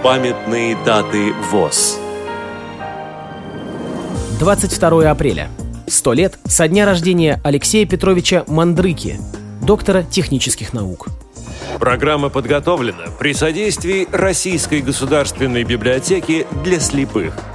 Памятные даты ВОС. 22 апреля. 100 лет со дня рождения Алексея Петровича Мандрыки, доктора технических наук. Программа подготовлена при содействии Российской государственной библиотеки для слепых.